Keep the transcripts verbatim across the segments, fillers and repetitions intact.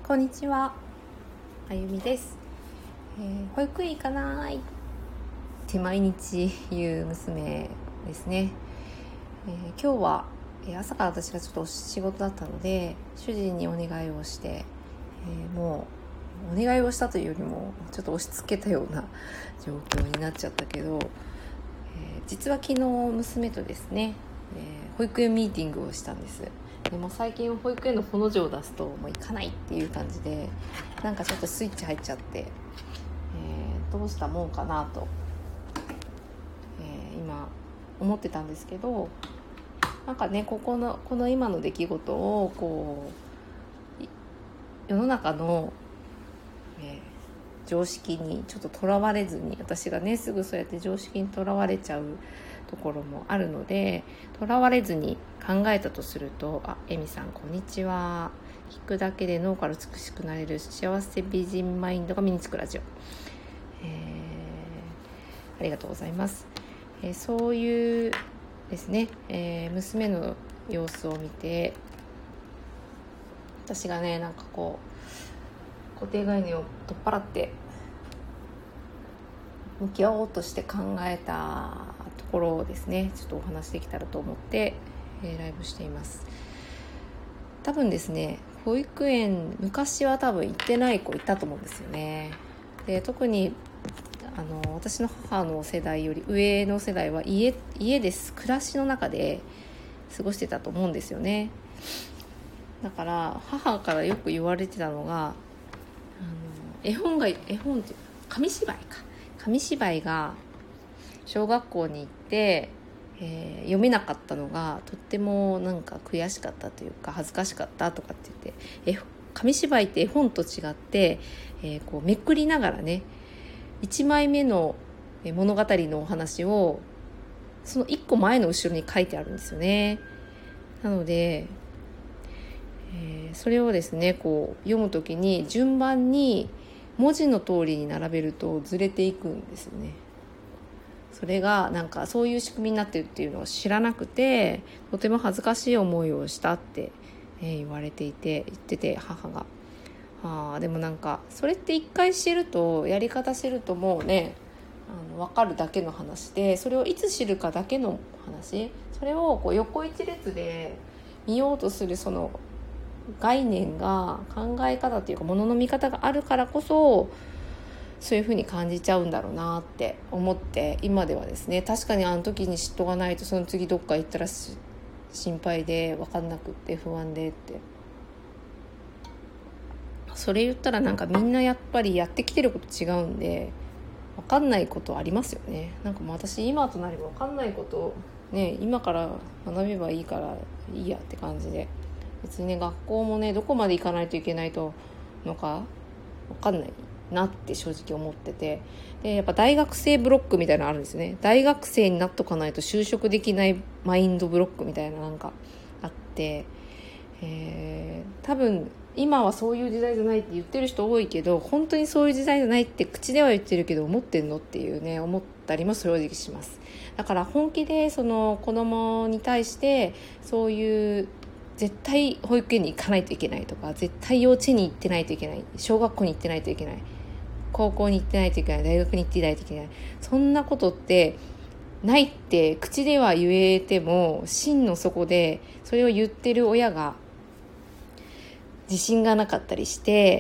こんにちは、あゆみです、えー、保育園行かないって毎日言う娘ですね、えー、今日は朝から私がちょっと仕事だったので主人にお願いをして、えー、もうお願いをしたというよりもちょっと押し付けたような状況になっちゃったけど、えー、実は昨日娘とですね、えー、保育園ミーティングをしたんです。でも最近保育園のほの字を出すともう行かないっていう感じでなんかちょっとスイッチ入っちゃって、えー、どうしたもんかなと、えー、今思ってたんですけど、なんかねここのこの今の出来事をこう世の中の、えー、常識にちょっととらわれずに、私がねすぐそうやって常識にとらわれちゃうところもあるので、とらわれずに考えたとすると、あ、えみさんこんにちは。聞くだけで脳から美しくなれる幸せ美人マインドが身につくラジオ、えー、ありがとうございます、えー、そういうですね、えー、娘の様子を見て私がねなんかこう固定概念を取っ払って向き合おうとして考えたところをですねちょっとお話できたらと思って、えー、ライブしています。多分ですね保育園昔は多分行ってない子いたと思うんですよね。で特にあの私の母の世代より上の世代は家家です暮らしの中で過ごしてたと思うんですよね。だから母からよく言われてたのが、あの絵本が絵本っていう紙芝居か紙芝居が小学校に行って、えー、読めなかったのがとってもなんか悔しかったというか恥ずかしかったとかって言って、え紙芝居って絵本と違って、えー、こうめくりながらねいちまいめの物語のお話をそのいっこまえの後ろに書いてあるんですよね。なので、えー、それをですねこう読むときに順番に文字の通りに並べるとずれていくんですよね。それがなんかそういう仕組みになってるっていうのを知らなくてとても恥ずかしい思いをしたって、えー、言われていて言ってて母が、あでもなんかそれって一回知るとやり方知るともうねあの分かるだけの話で、それをいつ知るかだけの話、それをこう横一列で見ようとするその概念が考え方っていうかものの見方があるからこそそういう風に感じちゃうんだろうなって思って、今ではですね確かにあの時に嫉妬がないとその次どっか行ったら心配で分かんなくって不安でって、それ言ったらなんかみんなやっぱりやってきてること違うんで分かんないことありますよね。なんかもう私今となれば分かんないことね今から学べばいいからいいやって感じで、別にね学校もねどこまで行かないといけないとのか分かんないなって正直思ってて、でやっぱ大学生ブロックみたいなのあるんですよね。大学生になっとかないと就職できないマインドブロックみたいななんかあって、えー、多分今はそういう時代じゃないって言ってる人多いけど本当にそういう時代じゃないって口では言ってるけど思ってんのっていうね思ったりも正直します。だから本気でその子供に対してそういう絶対保育園に行かないといけないとか絶対幼稚園に行ってないといけない小学校に行ってないといけない高校に行ってないといけない大学に行ってないといけない、そんなことってないって口では言えても真の底でそれを言ってる親が自信がなかったりして、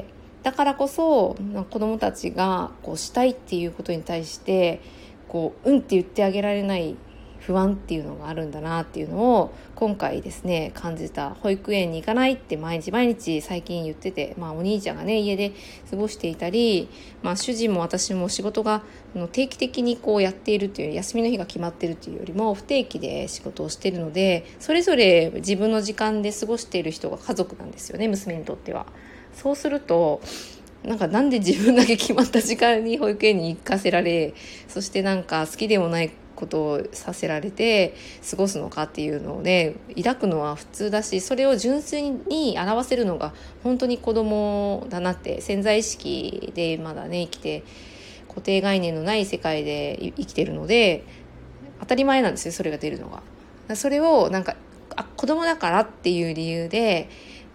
だからこそ子どもたちがこうしたいっていうことに対してこううんって言ってあげられない不安っていうのがあるんだなっていうのを今回ですね感じた。保育園に行かないって毎日毎日最近言ってて、まあお兄ちゃんがね家で過ごしていたり、まあ主人も私も仕事が定期的にこうやっているという休みの日が決まっているというよりも不定期で仕事をしているので、それぞれ自分の時間で過ごしている人が家族なんですよね、娘にとっては。そうするとなんかなんで自分だけ決まった時間に保育園に行かせられ、そしてなんか好きでもないことをさせられて過ごすのかっていうのをね抱くのは普通だし、それを純粋に表せるのが本当に子供だなって、潜在意識でまだね生きて固定概念のない世界で生きてるので当たり前なんですよそれが出るのが。それをなんかあ子供だからっていう理由で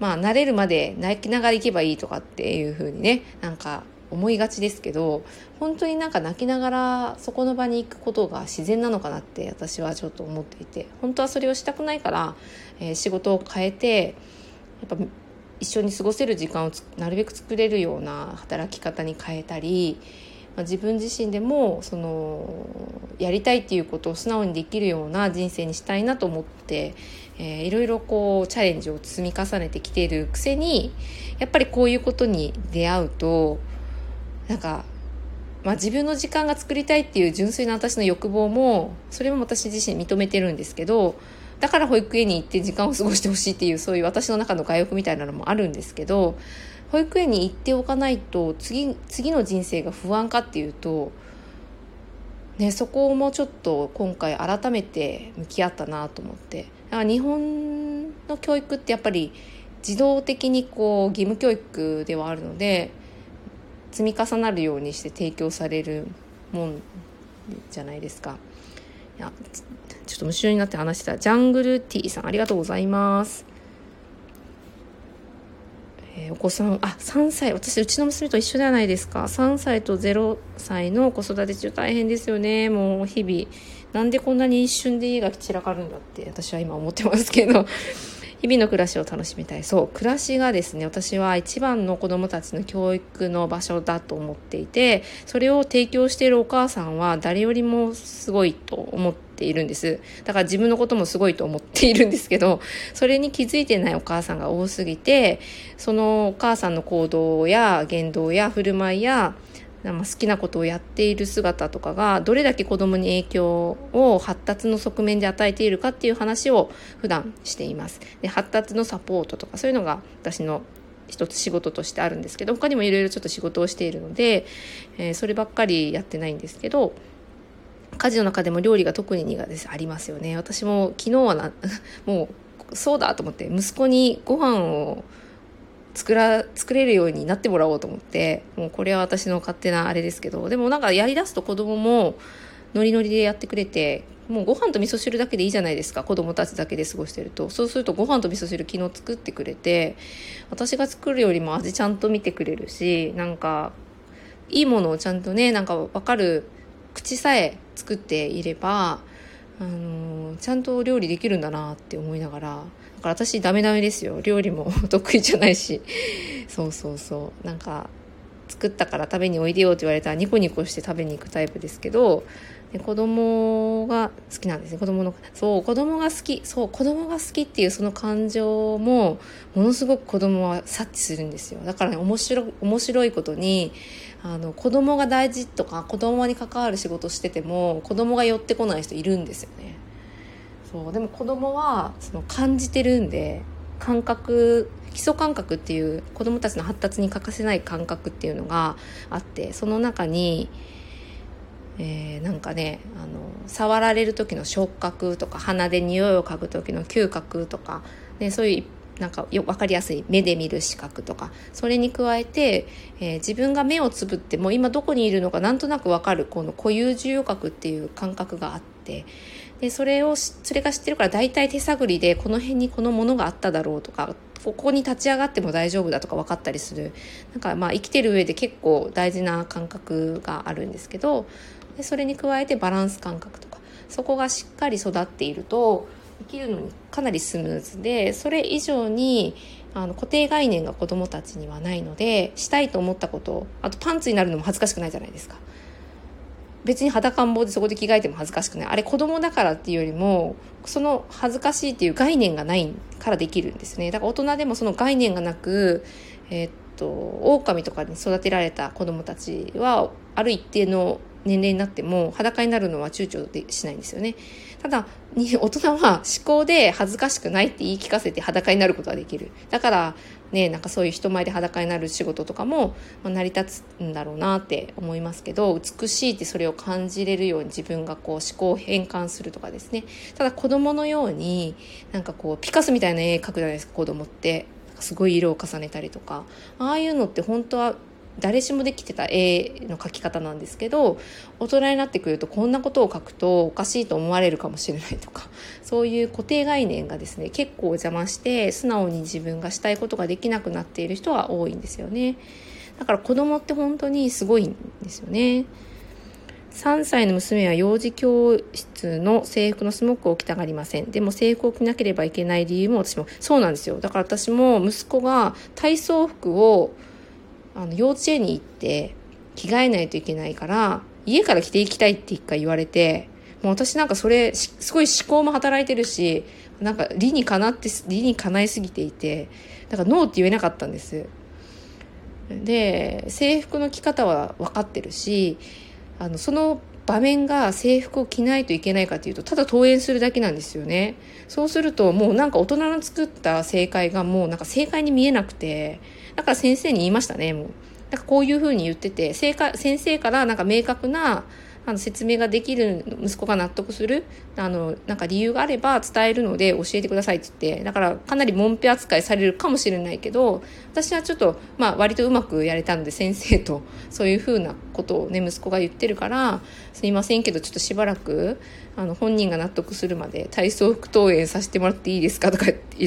まあ慣れるまで泣きながら行けばいいとかっていう風にねなんか思いがちですけど、本当になんか泣きながらそこの場に行くことが自然なのかなって私はちょっと思っていて、本当はそれをしたくないから、えー、仕事を変えてやっぱ一緒に過ごせる時間をなるべく作れるような働き方に変えたり、まあ、自分自身でもそのやりたいっていうことを素直にできるような人生にしたいなと思って、えー、いろいろこうチャレンジを積み重ねてきているくせに、やっぱりこういうことに出会うとなんか、まあ、自分の時間が作りたいっていう純粋な私の欲望もそれも私自身認めてるんですけど、だから保育園に行って時間を過ごしてほしいっていうそういう私の中の外欲みたいなのもあるんですけど、保育園に行っておかないと次、次の人生が不安かっていうと、ね、そこもちょっと今回改めて向き合ったなと思って、だから日本の教育ってやっぱり自動的にこう義務教育ではあるので積み重なるようにして提供されるもんじゃないですか。いやちょっと夢中になって話してた。ジャングルティーさんありがとうございます。えー、お子さんあさんさい、私うちの娘と一緒じゃないですか。さんさいとゼロさいの子育て中大変ですよね。もう日々なんでこんなに一瞬で家が散らかるんだって私は今思ってますけど日々の暮らしを楽しみたい。そう、暮らしがですね、私は一番の子どもたちの教育の場所だと思っていて、それを提供しているお母さんは誰よりもすごいと思っているんです。だから自分のこともすごいと思っているんですけど、それに気づいてないお母さんが多すぎて、そのお母さんの行動や言動や振る舞いや好きなことをやっている姿とかがどれだけ子供に影響を発達の側面で与えているかっていう話を普段しています。で、発達のサポートとかそういうのが私の一つ仕事としてあるんですけど、他にもいろいろちょっと仕事をしているので、えー、そればっかりやってないんですけど、家事の中でも料理が特に苦手です。ありますよね。私も昨日はなもうそうだと思って息子にご飯を作ら作れるようになってもらおうと思って、もうこれは私の勝手なあれですけど、でもなんかやりだすと子供もノリノリでやってくれて、もうご飯と味噌汁だけでいいじゃないですか。子供たちだけで過ごしてると、そうするとご飯と味噌汁昨日作ってくれて、私が作るよりも味ちゃんと見てくれるし、なんかいいものをちゃんとね、なんか分かる口さえ作っていれば、あのー、ちゃんと料理できるんだなって思いながら、だから私ダメダメですよ。料理も得意じゃないし。そうそうそう。なんか作ったから食べにおいでよって言われたらニコニコして食べに行くタイプですけど、で子供が好きなんですね。子供のそう子供が好きそう子供が好きっていうその感情もものすごく子供は察知するんですよ。だからね、面白い面白いことに、あの子供が大事とか子供に関わる仕事してても子供が寄ってこない人いるんですよね。そうでも子供はその感じてるんで、感覚基礎感覚っていう子供たちの発達に欠かせない感覚っていうのがあって、その中に、えー、なんかねあの触られる時の触覚とか、鼻で匂いを嗅ぐ時の嗅覚とか、ね、そういうなんかよ分かりやすい目で見る視覚とか、それに加えて、えー、自分が目をつぶっても今どこにいるのかなんとなく分かるこの固有受容覚っていう感覚があって、でそれをそれが知ってるから大体手探りでこの辺にこのものがあっただろうとか、ここに立ち上がっても大丈夫だとか分かったりする、なんかまあ生きてる上で結構大事な感覚があるんですけど、でそれに加えてバランス感覚とか、そこがしっかり育っていると生きるのにかなりスムーズで、それ以上にあの固定概念が子どもたちにはないので、したいと思ったこと、あとパンツになるのも恥ずかしくないじゃないですか。別に裸ん坊でそこで着替えても恥ずかしくない。あれ子供だからっていうよりも、その恥ずかしいっていう概念がないからできるんですね。だから大人でもその概念がなく、えー、っと狼とかに育てられた子供たちはある一定の年齢になっても裸になるのは躊躇でしないんですよね。ただ大人は思考で恥ずかしくないって言い聞かせて裸になることができる。だからね、なんかそういう人前で裸になる仕事とかも成り立つんだろうなって思いますけど、美しいってそれを感じれるように自分がこう思考を変換するとかですね。ただ子供のようになんかこうピカソみたいな絵描くじゃないですか、子供って。すごい色を重ねたりとか、ああいうのって本当は誰しもできてた絵の描き方なんですけど、大人になってくるとこんなことを描くとおかしいと思われるかもしれないとか、そういう固定概念がですね結構邪魔して素直に自分がしたいことができなくなっている人は多いんですよね。だから子供って本当にすごいんですよね。さんさいの娘は幼児教室の制服のスモックを着たがりません。でも制服を着なければいけない理由も私もそうなんですよ。だから私も息子が体操服をあの幼稚園に行って着替えないといけないから家から着ていきたいって一回言われて、もう私なんかそれすごい思考も働いてるし、なんか理にかなって理にかないすぎていて、だからノーって言えなかったんです。で制服の着方は分かってるし、あのその場面が制服を着ないといけないかというとただ登園するだけなんですよね。そうするともうなんか大人の作った正解がもうなんか正解に見えなくて、だから先生に言いましたね。もうなんかこういうふうに言ってて、正解先生からなんか明確なあの説明ができる、息子が納得するあのなんか理由があれば伝えるので教えてくださいって言って、だからかなり門ぺ扱いされるかもしれないけど、私はちょっとまあ割とうまくやれたので先生とそういうふうなことをね息子が言ってるから、すいませんけどちょっとしばらくあの本人が納得するまで体操服登園させてもらっていいですかとか言って、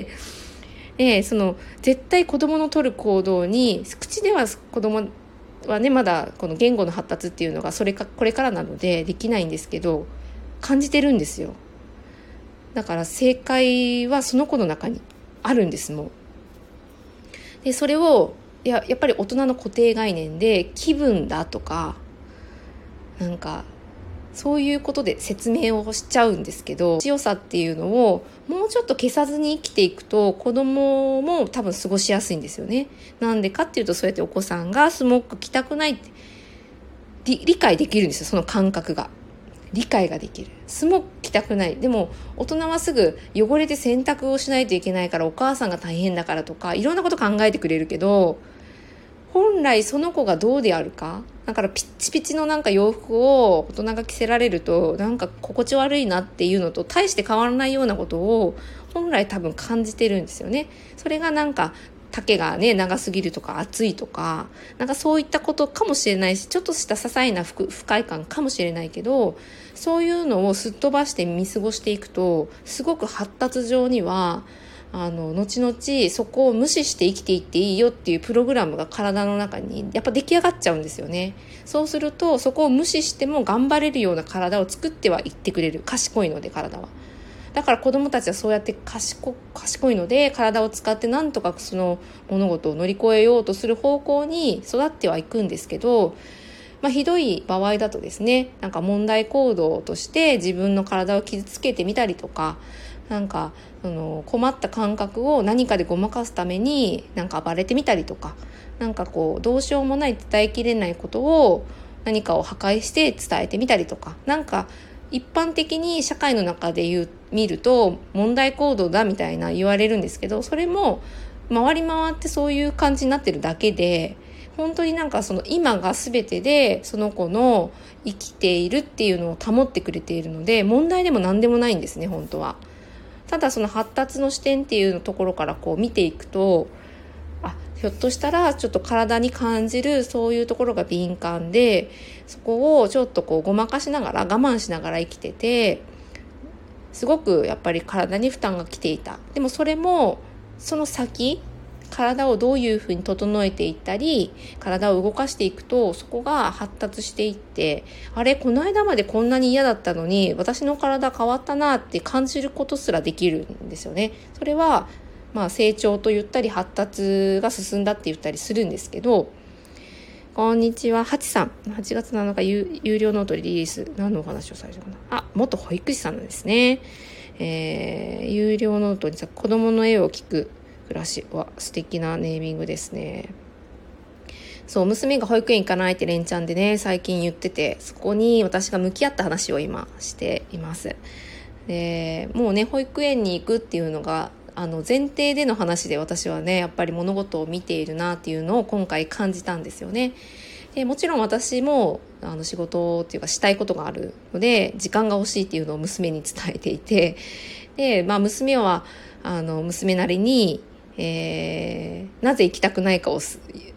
でその絶対子供の取る行動に口では子供はねまだこの言語の発達っていうのがそれかこれからなのでできないんですけど、感じてるんですよ。だから正解はその子の中にあるんですもん。でそれをややっぱり大人の固定概念で気分だとかなんかそういうことで説明をしちゃうんですけど、強さっていうのをもうちょっと消さずに生きていくと子供も多分過ごしやすいんですよね。なんでかっていうと、そうやってお子さんがスモック着たくないって理理解できるんですよ。その感覚が理解ができる。スモック着たくない、でも大人はすぐ汚れて洗濯をしないといけないからお母さんが大変だからとかいろんなこと考えてくれるけど、本来その子がどうであるか、だからピッチピチのなんか洋服を大人が着せられるとなんか心地悪いなっていうのと大して変わらないようなことを本来多分感じてるんですよね。それがなんか丈がね長すぎるとか厚いとかなんかそういったことかもしれないし、ちょっとした些細な不不快感かもしれないけど、そういうのをすっ飛ばして見過ごしていくとすごく発達上にはあの後々そこを無視して生きていっていいよっていうプログラムが体の中にやっぱ出来上がっちゃうんですよね。そうするとそこを無視しても頑張れるような体を作ってはいってくれる。賢いので体は。だから子どもたちはそうやって賢、賢いので体を使ってなんとかその物事を乗り越えようとする方向に育ってはいくんですけど、まあ、ひどい場合だとですね、なんか問題行動として自分の体を傷つけてみたりとか、なんかその困った感覚を何かでごまかすためになんか暴れてみたりとか、なんかこうどうしようもない伝えきれないことを何かを破壊して伝えてみたりとか、なんか一般的に社会の中で言う見ると問題行動だみたいな言われるんですけど、それも回り回ってそういう感じになってるだけで、本当になんかその今が全てでその子の生きているっていうのを保ってくれているので問題でも何でもないんですね本当は。ただその発達の視点っていうところからこう見ていくと、あ、ひょっとしたらちょっと体に感じるそういうところが敏感で、そこをちょっとこうごまかしながら我慢しながら生きてて、すごくやっぱり体に負担がきていた。でもそれもその先、体をどういうふうに整えていったり体を動かしていくとそこが発達していって、あれこの間までこんなに嫌だったのに私の体変わったなって感じることすらできるんですよね。それはまあ成長と言ったり発達が進んだって言ったりするんですけど、こんにちは、はちさん。はちがつなのか有料ノートリリース。何のお話をされたかな。あ、元保育士さんなんですね。えー、有料ノートにさ、子供の絵を聞く暮らしは素敵なネーミングですね。そう、娘が保育園行かないって連チャンでね、最近言ってて、そこに私が向き合った話を今しています。で、もうね、保育園に行くっていうのが、あの前提での話で私はねやっぱり物事を見ているなっていうのを今回感じたんですよね。でもちろん私もあの仕事っていうかしたいことがあるので時間が欲しいっていうのを娘に伝えていて、で、まあ、娘はあの娘なりに、えー、なぜ行きたくないかを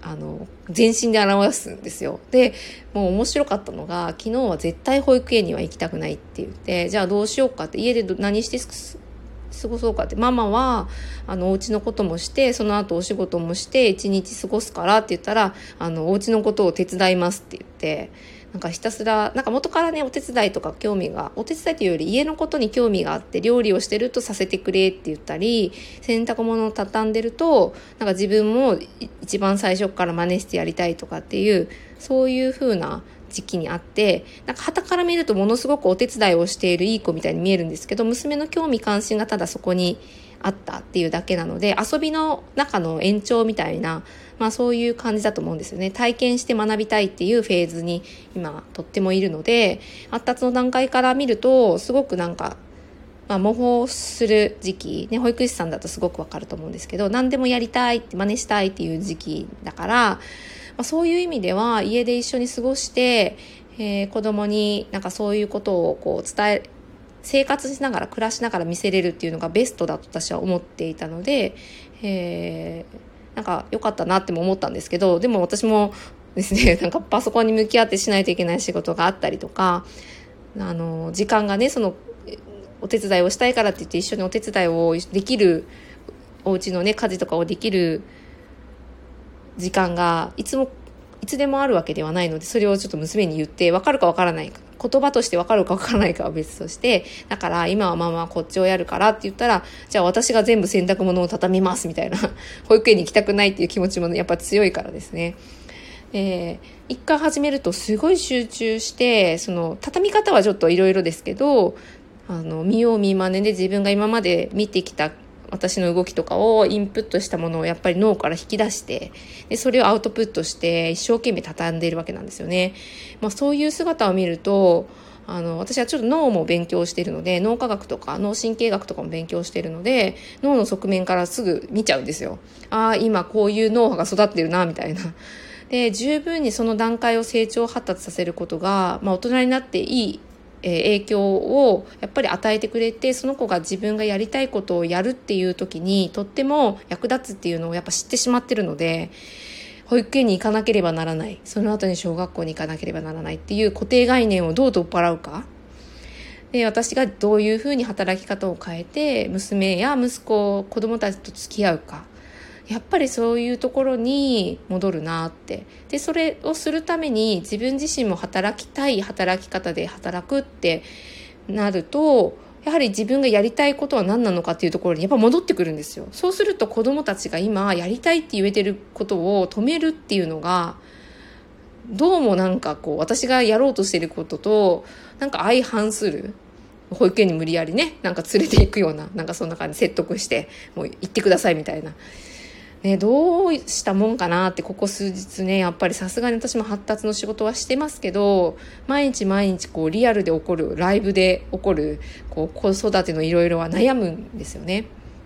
あの全身で表すんですよ。でもう面白かったのが、昨日は絶対保育園には行きたくないって言って、じゃあどうしようかって、家で何して過ごそうかって、ママはあのお家のこともして、その後お仕事もして一日過ごすからって言ったら、あのお家のことを手伝いますって言って、なんかひたすら、なんか元からねお手伝いとか興味が、お手伝いというより家のことに興味があって、料理をしてるとさせてくれって言ったり、洗濯物を畳んでるとなんか自分も一番最初から真似してやりたいとかっていう、そういう風な時期にあって、なんか傍から見るとものすごくお手伝いをしているいい子みたいに見えるんですけど、娘の興味関心がただそこにあったっていうだけなので、遊びの中の延長みたいな、まあそういう感じだと思うんですよね。体験して学びたいっていうフェーズに今とってもいるので、発達の段階から見るとすごくなんか、まあ、模倣する時期、ね、保育士さんだとすごくわかると思うんですけど、何でもやりたいって、真似したいっていう時期だから、まあ、そういう意味では家で一緒に過ごして、えー、子供になんかそういうことをこう伝え、生活しながら暮らしながら見せれるっていうのがベストだと私は思っていたので、えーなんか良かったなっても思ったんですけど、でも私もですね、なんかパソコンに向き合ってしないといけない仕事があったりとか、あの時間がね、そのお手伝いをしたいからって言って一緒にお手伝いをできる、お家のね家事とかをできる時間がいつもいつでもあるわけではないので、それをちょっと娘に言って、分かるか分からないか、言葉として分かるか分からないかは別として、だから今はママはこっちをやるからって言ったら、じゃあ私が全部洗濯物を畳みますみたいな保育園に行きたくないっていう気持ちもやっぱ強いからですね。えー、一回始めるとすごい集中して、その畳み方はちょっといろいろですけど、あの見よう見まねで自分が今まで見てきた私の動きとかをインプットしたものをやっぱり脳から引き出して、でそれをアウトプットして一生懸命畳んでいるわけなんですよね。まあ、そういう姿を見ると、あの私はちょっと脳も勉強しているので、脳科学とか脳神経学とかも勉強しているので、脳の側面からすぐ見ちゃうんですよ。ああ、今こういう脳波が育ってるなみたいな。で十分にその段階を成長発達させることが、まあ、大人になっていい影響をやっぱり与えてくれて、その子が自分がやりたいことをやるっていう時にとっても役立つっていうのをやっぱ知ってしまってるので、保育園に行かなければならない、その後に小学校に行かなければならないっていう固定概念をどう取っ払うかで、私がどういうふうに働き方を変えて娘や息子、子供たちと付き合うか、やっぱりそういうところに戻るなって。でそれをするために自分自身も働きたい働き方で働くってなると、やはり自分がやりたいことは何なのかっていうところにやっぱ戻ってくるんですよ。そうすると子どもたちが今やりたいって言えてることを止めるっていうのが、どうもなんかこう私がやろうとしていることとなんか相反する。保育園に無理やりね、なんか連れて行くような、なんかそんな感じ、説得してもう行ってくださいみたいなね、どうしたもんかなって、ここ数日ね、やっぱりさすがに私も発達の仕事はしてますけど、毎日毎日こうリアルで起こる、ライブで起こるこう子育てのいろいろは悩むんですよね。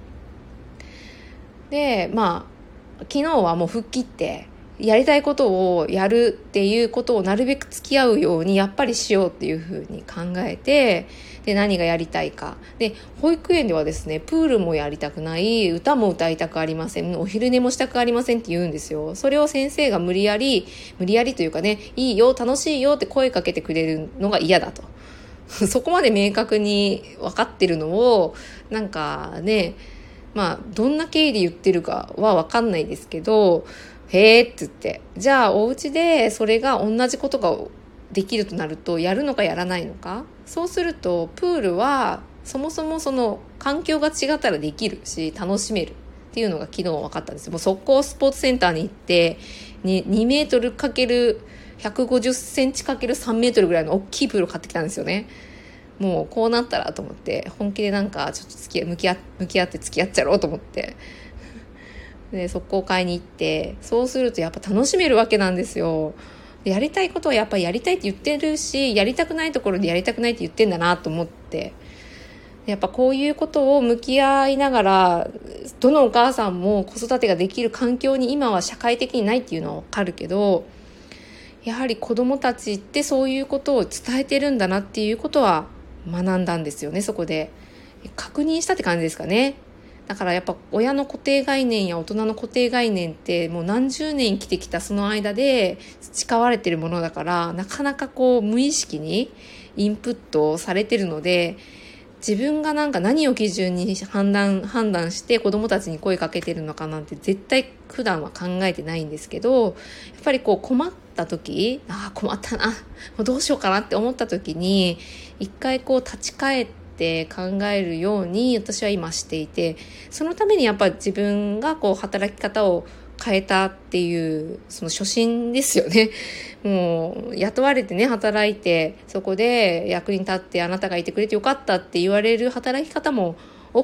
でまあ昨日はもう吹っ切って、やりたいことをやるっていうことをなるべく付き合うようにやっぱりしようっていうふうに考えて、で何がやりたいかで、保育園ではですね、プールもやりたくない、歌も歌いたくありません、お昼寝もしたくありませんって言うんですよ。それを先生が無理やり無理やりというかね、いいよ楽しいよって声かけてくれるのが嫌だとそこまで明確に分かってるのをなんかね、まあどんな経緯で言ってるかは分かんないですけど、へーって言って、じゃあお家でそれが同じことができるとなるとやるのかやらないのか。そうするとプールはそもそもその環境が違ったらできるし楽しめるっていうのが昨日分かったんですよ。もう速攻スポーツセンターに行ってににメートルかけるひゃくごじゅっセンチかけるさんメートルぐらいの大きいプールを買ってきたんですよね。もうこうなったらと思って、本気でなんかちょっと付き向き合向き合って付き合っちゃろうと思ってで速攻買いに行って、そうするとやっぱ楽しめるわけなんですよ。でやりたいことはやっぱりやりたいって言ってるし、やりたくないところでやりたくないって言ってんだなと思って、やっぱこういうことを向き合いながら、どのお母さんも子育てができる環境に今は社会的にないっていうのはわかるけど、やはり子どもたちってそういうことを伝えてるんだなっていうことは学んだんですよね。そこで確認したって感じですかね。 だからやっぱ親の固定概念や大人の固定概念ってもう何十年生きてきたその間で培われてるものだから、なかなかこう無意識にインプットされてるので、自分がなんか何を基準に判断判断して子供たちに声かけてるのかなんて絶対普段は考えてないんですけど、やっぱりこう困った時、ああ困ったな、もうどうしようかなって思った時に一回こう立ち返ってって考えるように私は今していて、そのためにやっぱり自分がこう働き方を変えたっていうその初心ですよね。もう雇われてね働いて、そこで役に立ってあなたがいてくれてよかったって言われる働き方も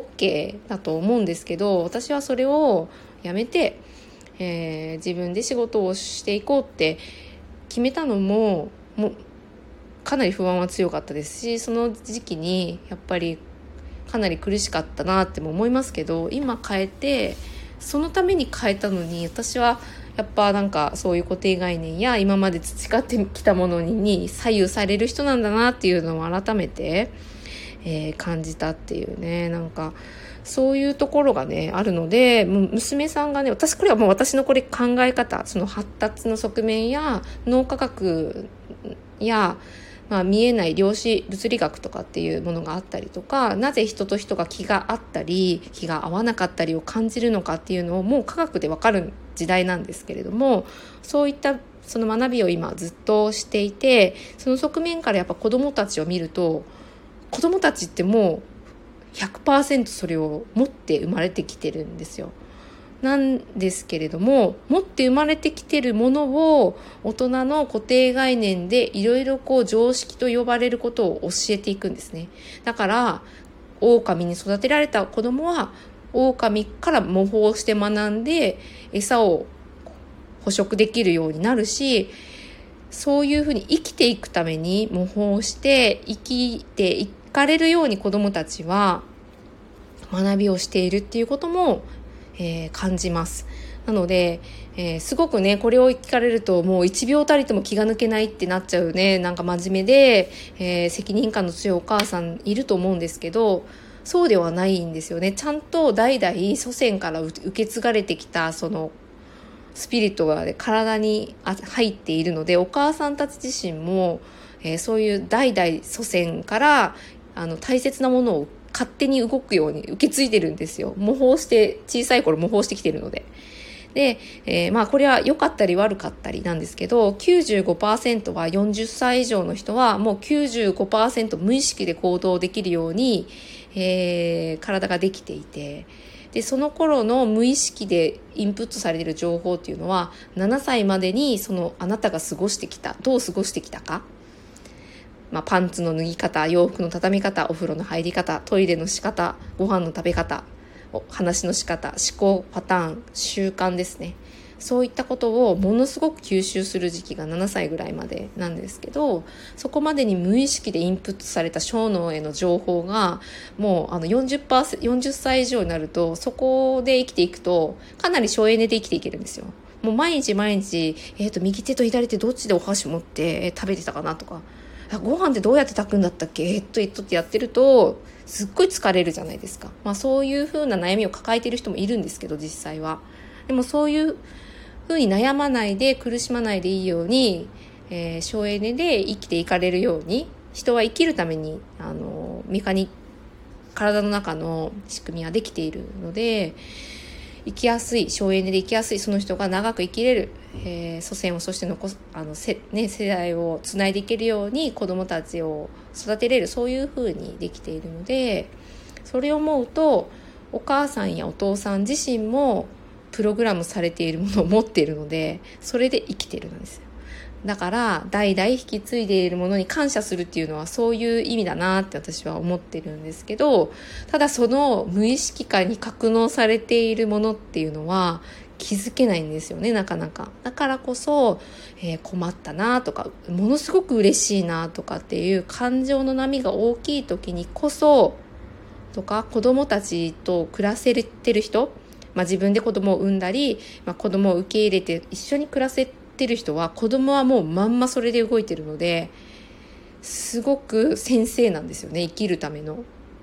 OK だと思うんですけど、私はそれをやめて、えー、自分で仕事をしていこうって決めたのももうかなり不安は強かったですし、その時期にやっぱりかなり苦しかったなっても思いますけど、今変えてそのために変えたのに、私はやっぱなんかそういう固定概念や今まで培ってきたものに左右される人なんだなっていうのを改めて、えー、感じたっていうね、なんかそういうところがねあるので、娘さんがね、私これはもう私のこれ考え方、その発達の側面や脳科学やまあ、見えない量子物理学とかっていうものがあったりとか、なぜ人と人が気が合ったり気が合わなかったりを感じるのかっていうのをもう科学でわかる時代なんですけれども、そういったその学びを今ずっとしていて、その側面からやっぱ子どもたちを見ると、子どもたちってもう ひゃくパーセント それを持って生まれてきてるんですよ。なんですけれども、持って生まれてきてるものを大人の固定概念でいろいろこう常識と呼ばれることを教えていくんですね。だから狼に育てられた子供は狼から模倣して学んで餌を捕食できるようになるし、そういうふうに生きていくために模倣して生きていかれるように子供たちは学びをしているっていうこともえー、感じます。なので、えー、すごくねこれを聞かれるともう一秒たりとも気が抜けないってなっちゃうね、なんか真面目で、えー、責任感の強いお母さんいると思うんですけど、そうではないんですよね。ちゃんと代々祖先から受け継がれてきたそのスピリットが体に入っているので、お母さんたち自身も、えー、そういう代々祖先からあの大切なものを勝手に動くように受け継いでるんですよ。模倣して小さい頃模倣してきてるので。で、えー、まあこれは良かったり悪かったりなんですけど、きゅうじゅうごパーセント はよんじゅっさい以上の人はもう きゅうじゅうごパーセント 無意識で行動できるように、えー、体ができていて、でその頃の無意識でインプットされている情報っていうのはななさいまでにそのあなたが過ごしてきた、どう過ごしてきたか、まあ、パンツの脱ぎ方、洋服の畳み方、お風呂の入り方、トイレの仕方、ご飯の食べ方、話の仕方、思考パターン、習慣ですね。そういったことをものすごく吸収する時期がななさいぐらいまでなんですけど、そこまでに無意識でインプットされた小脳への情報がもうあの よんじゅっパーセント、よんじゅっさい以上になると、そこで生きていくとかなり省エネで生きていけるんですよ。もう毎日毎日、えーと、右手と左手どっちでお箸持って、えー、食べてたかなとか、ご飯ってどうやって炊くんだったっけ、えっとえっとってやってるとすっごい疲れるじゃないですか。まあそういう風な悩みを抱えている人もいるんですけど、実際はでもそういう風に悩まないで苦しまないでいいように、えー、省エネで生きていかれるように、人は生きるためにあのメカニ体の中の仕組みはできているので、生きやすい、省エネで生きやすい、その人が長く生きれる、えー、祖先をそして残すあのせ、ね、世代をつないでいけるように子どもたちを育てれる、そういう風にできているので、それを思うとお母さんやお父さん自身もプログラムされているものを持っているので、それで生きているんですよ。だから代々引き継いでいるものに感謝するっていうのはそういう意味だなって私は思ってるんですけど、ただその無意識下に格納されているものっていうのは気づけないんですよね、なかなか。だからこそ、えー、困ったなとかものすごく嬉しいなとかっていう感情の波が大きい時にこそとか、子供たちと暮らせてる人、まあ、自分で子供を産んだり、まあ、子供を受け入れて一緒に暮らせてる人は子供はもうまんまそれで動いてるので、すごく先生なんですよね、生きるための。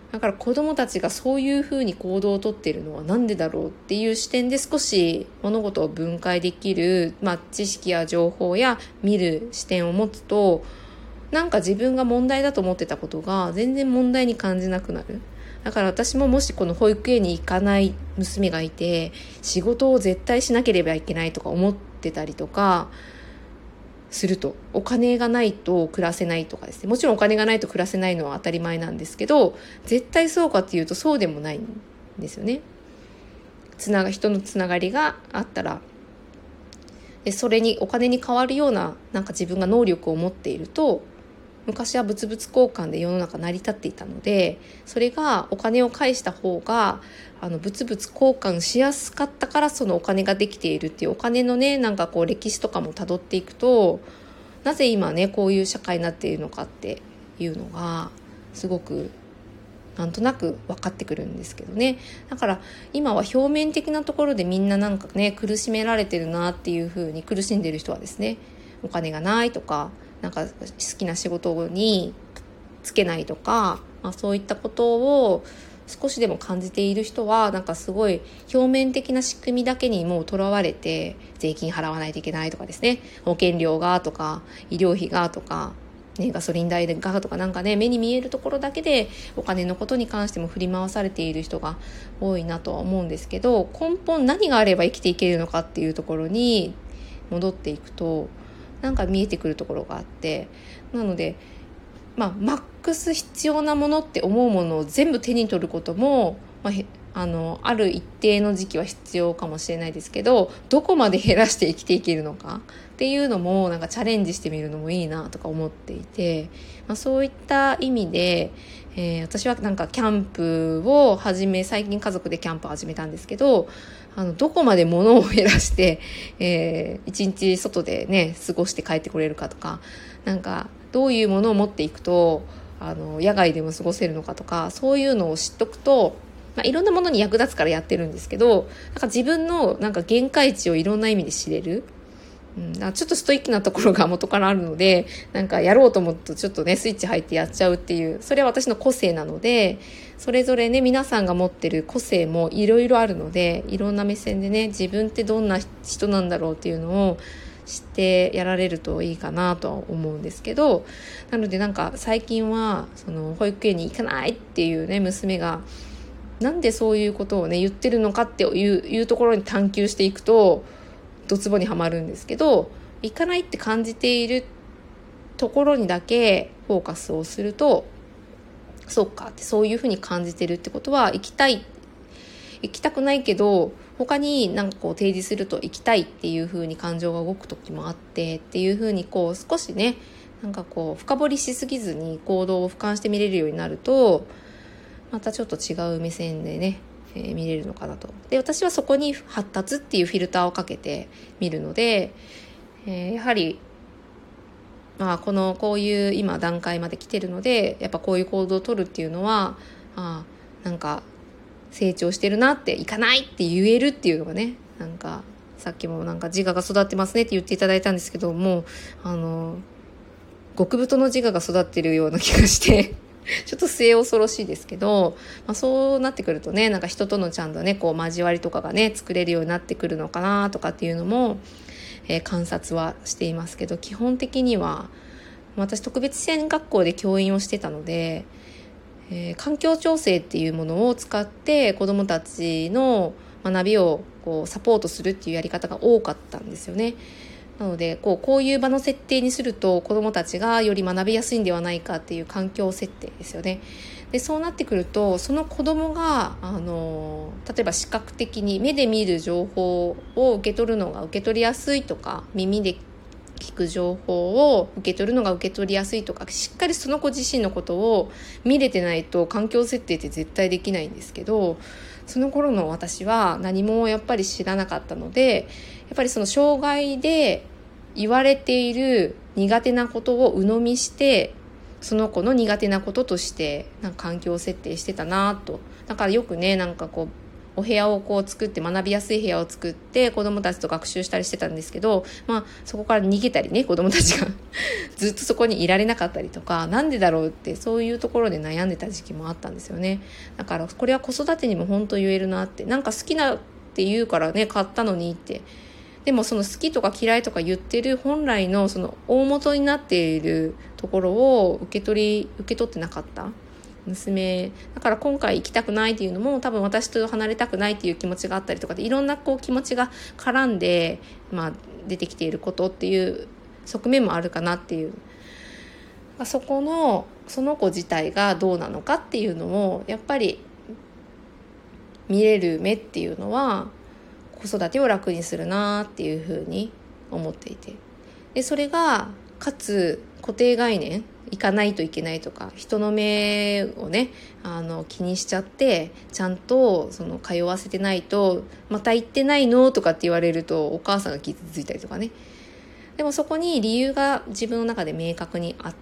だから子どもたちがそういうふうに行動をとっているのはなんでだろうっていう視点で少し物事を分解できる、まあ、知識や情報や見る視点を持つと、なんか自分が問題だと思ってたことが全然問題に感じなくなる。だから私ももしこの保育園に行かない娘がいて、仕事を絶対しなければいけないとか思ってたりとかすると、お金がないと暮らせないとかですね、もちろんお金がないと暮らせないのは当たり前なんですけど、絶対そうかっていうとそうでもないんですよね。つなが人のつながりがあったら、でそれにお金に変わるようななんか自分が能力を持っていると、昔は物々交換で世の中成り立っていたので、それがお金を返した方があの物々交換しやすかったから、そのお金ができているっていう、お金のねなんかこう歴史とかもたどっていくと、なぜ今ねこういう社会になっているのかっていうのがすごくなんとなく分かってくるんですけどね。だから今は表面的なところでみんななんかね苦しめられてるなっていう風に、苦しんでる人はですね、お金がないとか、なんか好きな仕事につけないとか、まあ、そういったことを少しでも感じている人は、なんかすごい表面的な仕組みだけにもうとらわれて、税金払わないといけないとかですね、保険料がとか医療費がとか、ね、ガソリン代がとか、なんかね目に見えるところだけでお金のことに関しても振り回されている人が多いなとは思うんですけど、根本何があれば生きていけるのかっていうところに戻っていくと、なんか見えてくるところがあって、なのでまあマックス必要なものって思うものを全部手に取ることも、まあ、あのある一定の時期は必要かもしれないですけど、どこまで減らして生きていけるのかっていうのもなんかチャレンジしてみるのもいいなとか思っていて、まあ、そういった意味で、えー、私はなんかキャンプを始め、最近家族でキャンプを始めたんですけど、あのどこまで物を減らして、えー、一日外でね過ごして帰ってこれるかとか、なんかどういうものを持っていくとあの野外でも過ごせるのかとか、そういうのを知っとくと、まあ、いろんなものに役立つからやってるんですけど、なんか自分のなんか限界値をいろんな意味で知れる、うん、ちょっとストイックなところが元からあるので、なんかやろうと思うとちょっとねスイッチ入ってやっちゃうっていう、それは私の個性なので、それぞれね皆さんが持ってる個性もいろいろあるので、いろんな目線でね自分ってどんな人なんだろうっていうのを知ってやられるといいかなとは思うんですけど、なのでなんか最近はその保育園に行かないっていうね娘がなんでそういうことをね言ってるのかっていういうところに探求していくとドツボにはまるんですけど、行かないって感じているところにだけフォーカスをすると、そうかって、そういうふうに感じてるってことは、行きたい行きたくないけど他になんかこう提示すると行きたいっていう風に感情が動く時もあってっていう風に、こう少しねなんかこう深掘りしすぎずに行動を俯瞰して見れるようになると、またちょっと違う目線でね、えー、見れるのかなと。で私はそこに発達っていうフィルターをかけて見るので、えー、やはりまあこのこういう今段階まで来てるので、やっぱこういう行動を取るっていうのは、あなんか成長してるなって、行かないって言えるっていうのがね、なんかさっきもなんか自我が育ってますねって言っていただいたんですけども、あの極太の自我が育ってるような気がしてちょっと末恐ろしいですけど、まあ、そうなってくるとね、なんか人とのちゃんとねこう交わりとかがね作れるようになってくるのかなとかっていうのも、えー、観察はしていますけど、基本的には私特別支援学校で教員をしてたので、えー、環境調整っていうものを使って子どもたちの学びをこうサポートするっていうやり方が多かったんですよね。なのでこう、こういう場の設定にすると子どもたちがより学びやすいんではないかっていう環境設定ですよね。でそうなってくると、その子どもがあの例えば視覚的に目で見る情報を受け取るのが受け取りやすいとか、耳で聞く情報を受け取るのが受け取りやすいとか、しっかりその子自身のことを見れてないと環境設定って絶対できないんですけど、その頃の私は何もやっぱり知らなかったので、やっぱりその障害で言われている苦手なことを鵜呑みして、その子の苦手なこととしてなんか環境設定してたなと。だからよくね、なんかこうお部屋をこう作って、学びやすい部屋を作って子どもたちと学習したりしてたんですけど、まあそこから逃げたりね、子どもたちがずっとそこにいられなかったりとか、なんでだろうって、そういうところで悩んでた時期もあったんですよね。だからこれは子育てにも本当言えるなって、なんか好きなって言うからね買ったのにって、でもその好きとか嫌いとか言ってる本来のその大元になっているところを受け取り受け取ってなかった娘だから、今回行きたくないっていうのも多分私と離れたくないっていう気持ちがあったりとかで、いろんなこう気持ちが絡んで、まあ、出てきていることっていう側面もあるかなっていう、そこのその子自体がどうなのかっていうのをやっぱり見れる目っていうのは子育てを楽にするなっていうふうに思っていて、でそれがかつ固定概念、行かないといけないとか人の目をねあの気にしちゃって、ちゃんとその通わせてないとまた行ってないのとかって言われるとお母さんが傷ついたりとかね。でもそこに理由が自分の中で明確にあって、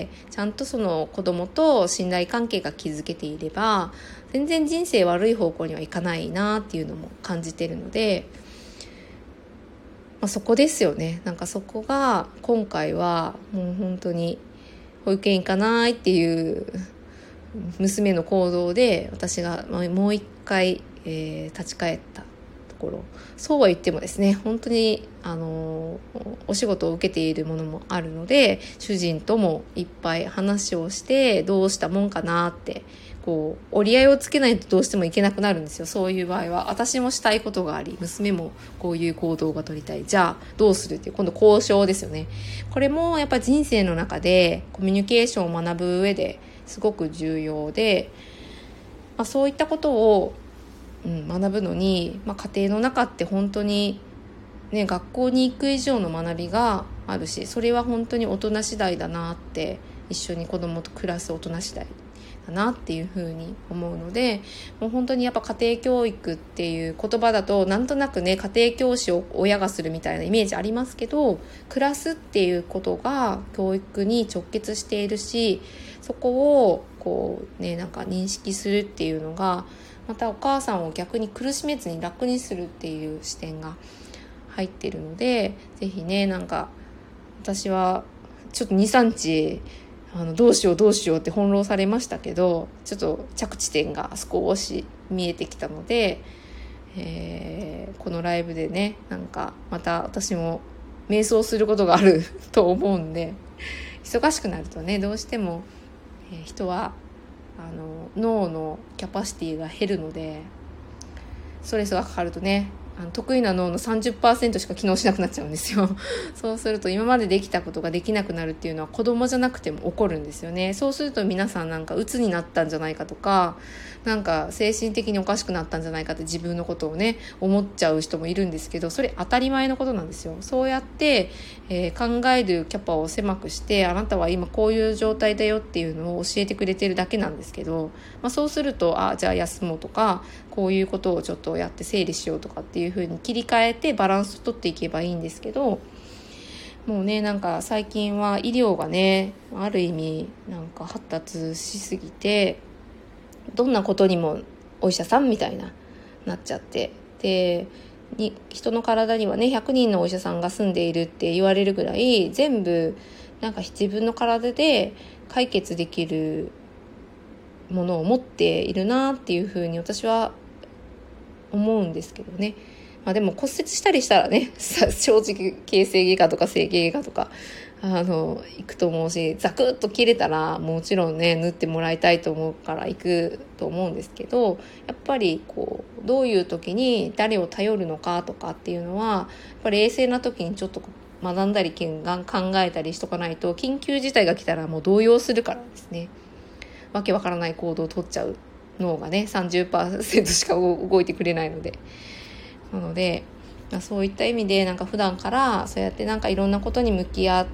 ちゃんとその子供と信頼関係が築けていれば全然人生悪い方向にはいかないなっていうのも感じてるので、まあ、そこですよね。なんかそこが今回はもう本当に保育園行かないっていう娘の行動で私がもう一回、えー、立ち返ったところ。そうは言ってもですね、本当にあのお仕事を受けているものもあるので、主人ともいっぱい話をしてどうしたもんかなってこう折り合いをつけないとどうしてもいけなくなるんですよ。そういう場合は私もしたいことがあり、娘もこういう行動が取りたい、じゃあどうするっていう今度交渉ですよね。これもやっぱり人生の中でコミュニケーションを学ぶ上ですごく重要で、まあ、そういったことを、うん、学ぶのに、まあ、家庭の中って本当にね、学校に行く以上の学びがあるし、それは本当に大人次第だなって、一緒に子供と暮らす大人次第だなっていうふうに思うので、もう本当にやっぱ家庭教育っていう言葉だとなんとなくね、家庭教師を親がするみたいなイメージありますけど、暮らすっていうことが教育に直結しているし、そこをこうねなんか認識するっていうのが、またお母さんを逆に苦しめずに楽にするっていう視点が入ってるので、ぜひね、なんか私はちょっと にさんにちあのどうしようどうしようって翻弄されましたけど、ちょっと着地点が少し見えてきたので、えー、このライブでねなんかまた私も瞑想することがあると思うんで、忙しくなるとねどうしても、えー、人はあの脳のキャパシティが減るので、ストレスがかかるとねあの得意な脳の さんじゅっパーセント しか機能しなくなっちゃうんですよ。そうすると今までできたことができなくなるっていうのは子供じゃなくても起こるんですよね。そうすると皆さんなんか鬱になったんじゃないかとか、なんか精神的におかしくなったんじゃないかって自分のことをね思っちゃう人もいるんですけど、それ当たり前のことなんですよ。そうやって、えー、考えるキャパを狭くして、あなたは今こういう状態だよっていうのを教えてくれてるだけなんですけど、まあ、そうするとあじゃあ休もうとか、こういうことをちょっとやって整理しようとかっていう風に切り替えてバランスを取っていけばいいんですけど、もうねなんか最近は医療がねある意味なんか発達しすぎて、どんなことにもお医者さんみたいななっちゃって、でに人の体にはねひゃくにんのお医者さんが住んでいるって言われるぐらい、全部なんか自分の体で解決できるものを持っているなっていうふうに私は思うんですけどね。まあでも骨折したりしたらね正直形成外科とか整形外科とかあの行くと思うし、ザクッと切れたらもちろんね縫ってもらいたいと思うから行くと思うんですけど、やっぱりこうどういう時に誰を頼るのかとかっていうのはやっぱり冷静な時にちょっと学んだり考えたりしとかないと、緊急事態が来たらもう動揺するからですね、わけわからない行動を取っちゃう脳がね さんじゅっパーセント しか動いてくれないので、なのでそういった意味でなんか普段からそうやってなんかいろんなことに向き合って、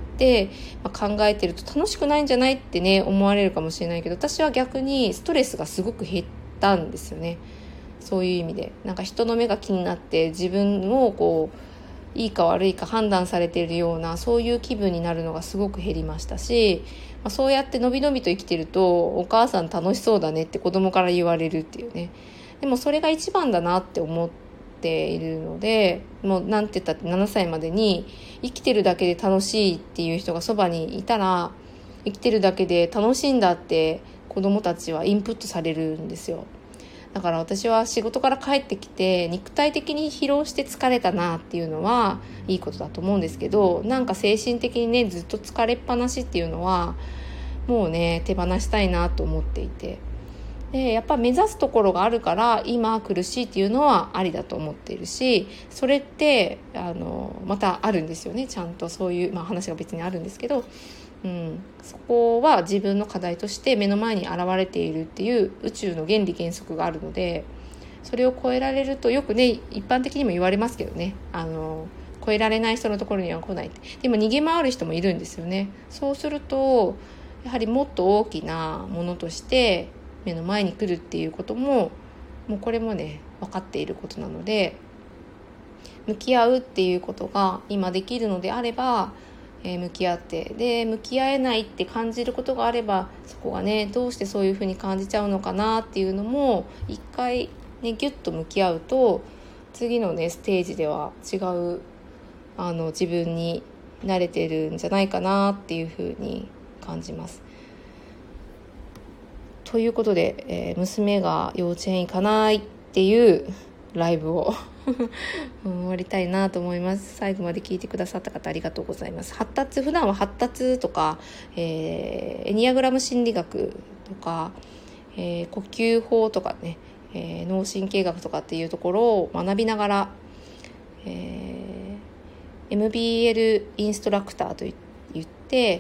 まあ、考えてると楽しくないんじゃないってね思われるかもしれないけど、私は逆にストレスがすごく減ったんですよね。そういう意味でなんか人の目が気になって自分をこういいか悪いか判断されているようなそういう気分になるのがすごく減りましたし、まあ、そうやってのびのびと生きてるとお母さん楽しそうだねって子供から言われるっていうね、 でもそれが一番だなって思っているので、もうなんて言ったってななさいまでに生きてるだけで楽しいっていう人がそばにいたら、生きてるだけで楽しいんだって子供たちはインプットされるんですよ。だから私は仕事から帰ってきて肉体的に疲労して疲れたなっていうのはいいことだと思うんですけど、なんか精神的にねずっと疲れっぱなしっていうのはもうね手放したいなと思っていて、でやっぱ目指すところがあるから今苦しいっていうのはありだと思っているし、それってあのまたあるんですよね。ちゃんとそういう、まあ、話が別にあるんですけど、うん、そこは自分の課題として目の前に現れているっていう宇宙の原理原則があるので、それを超えられるとよくね一般的にも言われますけどね、あの超えられない人のところには来ないって。でも逃げ回る人もいるんですよね。そうするとやはりもっと大きなものとして目の前に来るっていうことももうこれもね分かっていることなので、向き合うっていうことが今できるのであれば、えー、向き合って、で向き合えないって感じることがあれば、そこがねどうしてそういうふうに感じちゃうのかなっていうのも一回ねギュッと向き合うと、次のねステージでは違うあの自分に慣れてるんじゃないかなっていうふうに感じます。ということで、えー、娘が幼稚園行かないっていうライブを終わりたいなと思います。最後まで聞いてくださった方ありがとうございます。発達、普段は発達とか、えー、エニアグラム心理学とか、えー、呼吸法とかね、えー、脳神経学とかっていうところを学びながら、えー、エムビーエル インストラクターといって、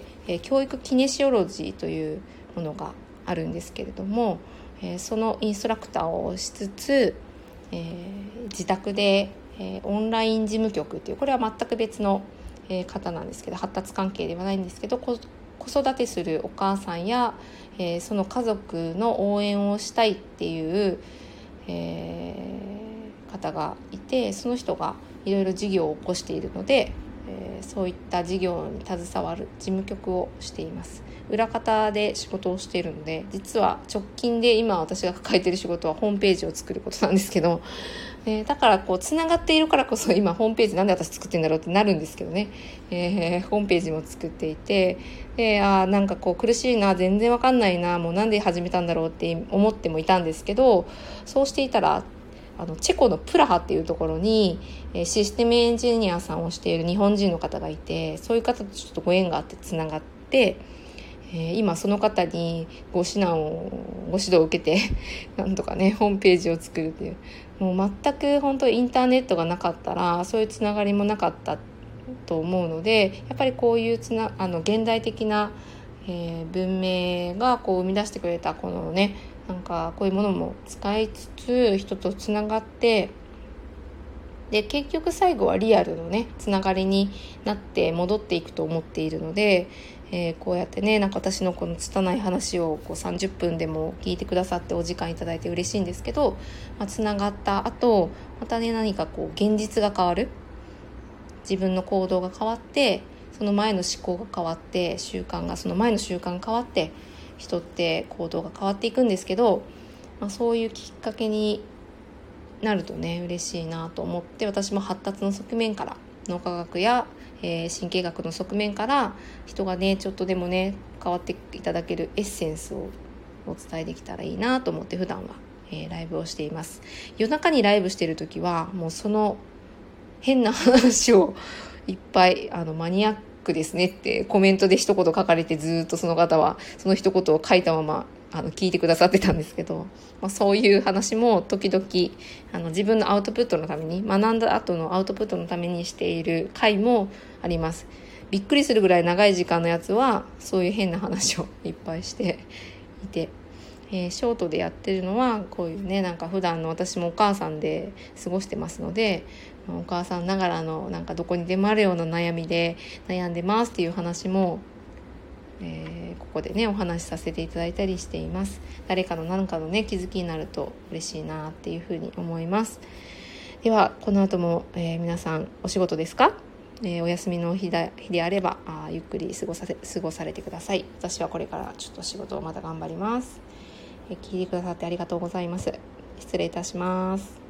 えー、教育キネシオロジーというものがあるんですけれども、えー、そのインストラクターをしつつ、えー、自宅で、えー、オンライン事務局っていう、これは全く別の、えー、方なんですけど、発達関係ではないんですけど、子育てするお母さんや、えー、その家族の応援をしたいっていう、えー、方がいて、その人がいろいろ事業を起こしているので、えー、そういった事業に携わる事務局をしています。裏方で仕事をしているので、実は直近で今私が抱えている仕事はホームページを作ることなんですけど、えー、だからこうつながっているからこそ今ホームページなんで私作ってんだろうってなるんですけどね、えー、ホームページも作っていて、であなんかこう苦しいな、全然わかんないな、もうなんで始めたんだろうって思ってもいたんですけど、そうしていたらあのチェコのプラハっていうところにシステムエンジニアさんをしている日本人の方がいて、そういう方とちょっとご縁があってつながって、えー、今その方にご指南をご指導を受けてなんとかねホームページを作るっていう、もう全く本当インターネットがなかったらそういうつながりもなかったと思うので、やっぱりこういうつなあの現代的な、えー、文明がこう生み出してくれたこのね、なんかこういうものも使いつつ人とつながって、で結局最後はリアルのねつながりになって戻っていくと思っているので、えー、こうやってねなんか私のこの拙い話をこうさんじゅっぷんでも聞いてくださってお時間いただいて嬉しいんですけど、まあ、つながった後またね何かこう現実が変わる、自分の行動が変わって、その前の思考が変わって、習慣がその前の習慣が変わって、人って行動が変わっていくんですけど、まあ、そういうきっかけになるとね嬉しいなと思って、私も発達の側面から、脳科学や、えー、神経学の側面から人がねちょっとでもね変わっていただけるエッセンスをお伝えできたらいいなと思って普段は、えー、ライブをしています。夜中にライブしてる時はもうその変な話をいっぱいあのマニアックですねってコメントで一言書かれて、ずっとその方はその一言を書いたままあの聞いてくださってたんですけど、まあ、そういう話も時々あの自分のアウトプットのために、学んだ後のアウトプットのためにしている回もあります。びっくりするぐらい長い時間のやつはそういう変な話をいっぱいしていて、えー、ショートでやってるのはこういうねなんか普段の私もお母さんで過ごしてますので、お母さんながらのなんかどこにでもあるような悩みで悩んでますっていう話も、えー、ここでねお話しさせていただいたりしています。誰かの何かのね気づきになると嬉しいなっていうふうに思います。ではこの後も、えー、皆さんお仕事ですか？えー、お休みの日だ日であればあゆっくり過ごさせ過ごされてください。私はこれからちょっと仕事をまた頑張ります。えー、聞いてくださってありがとうございます。 失礼いたします。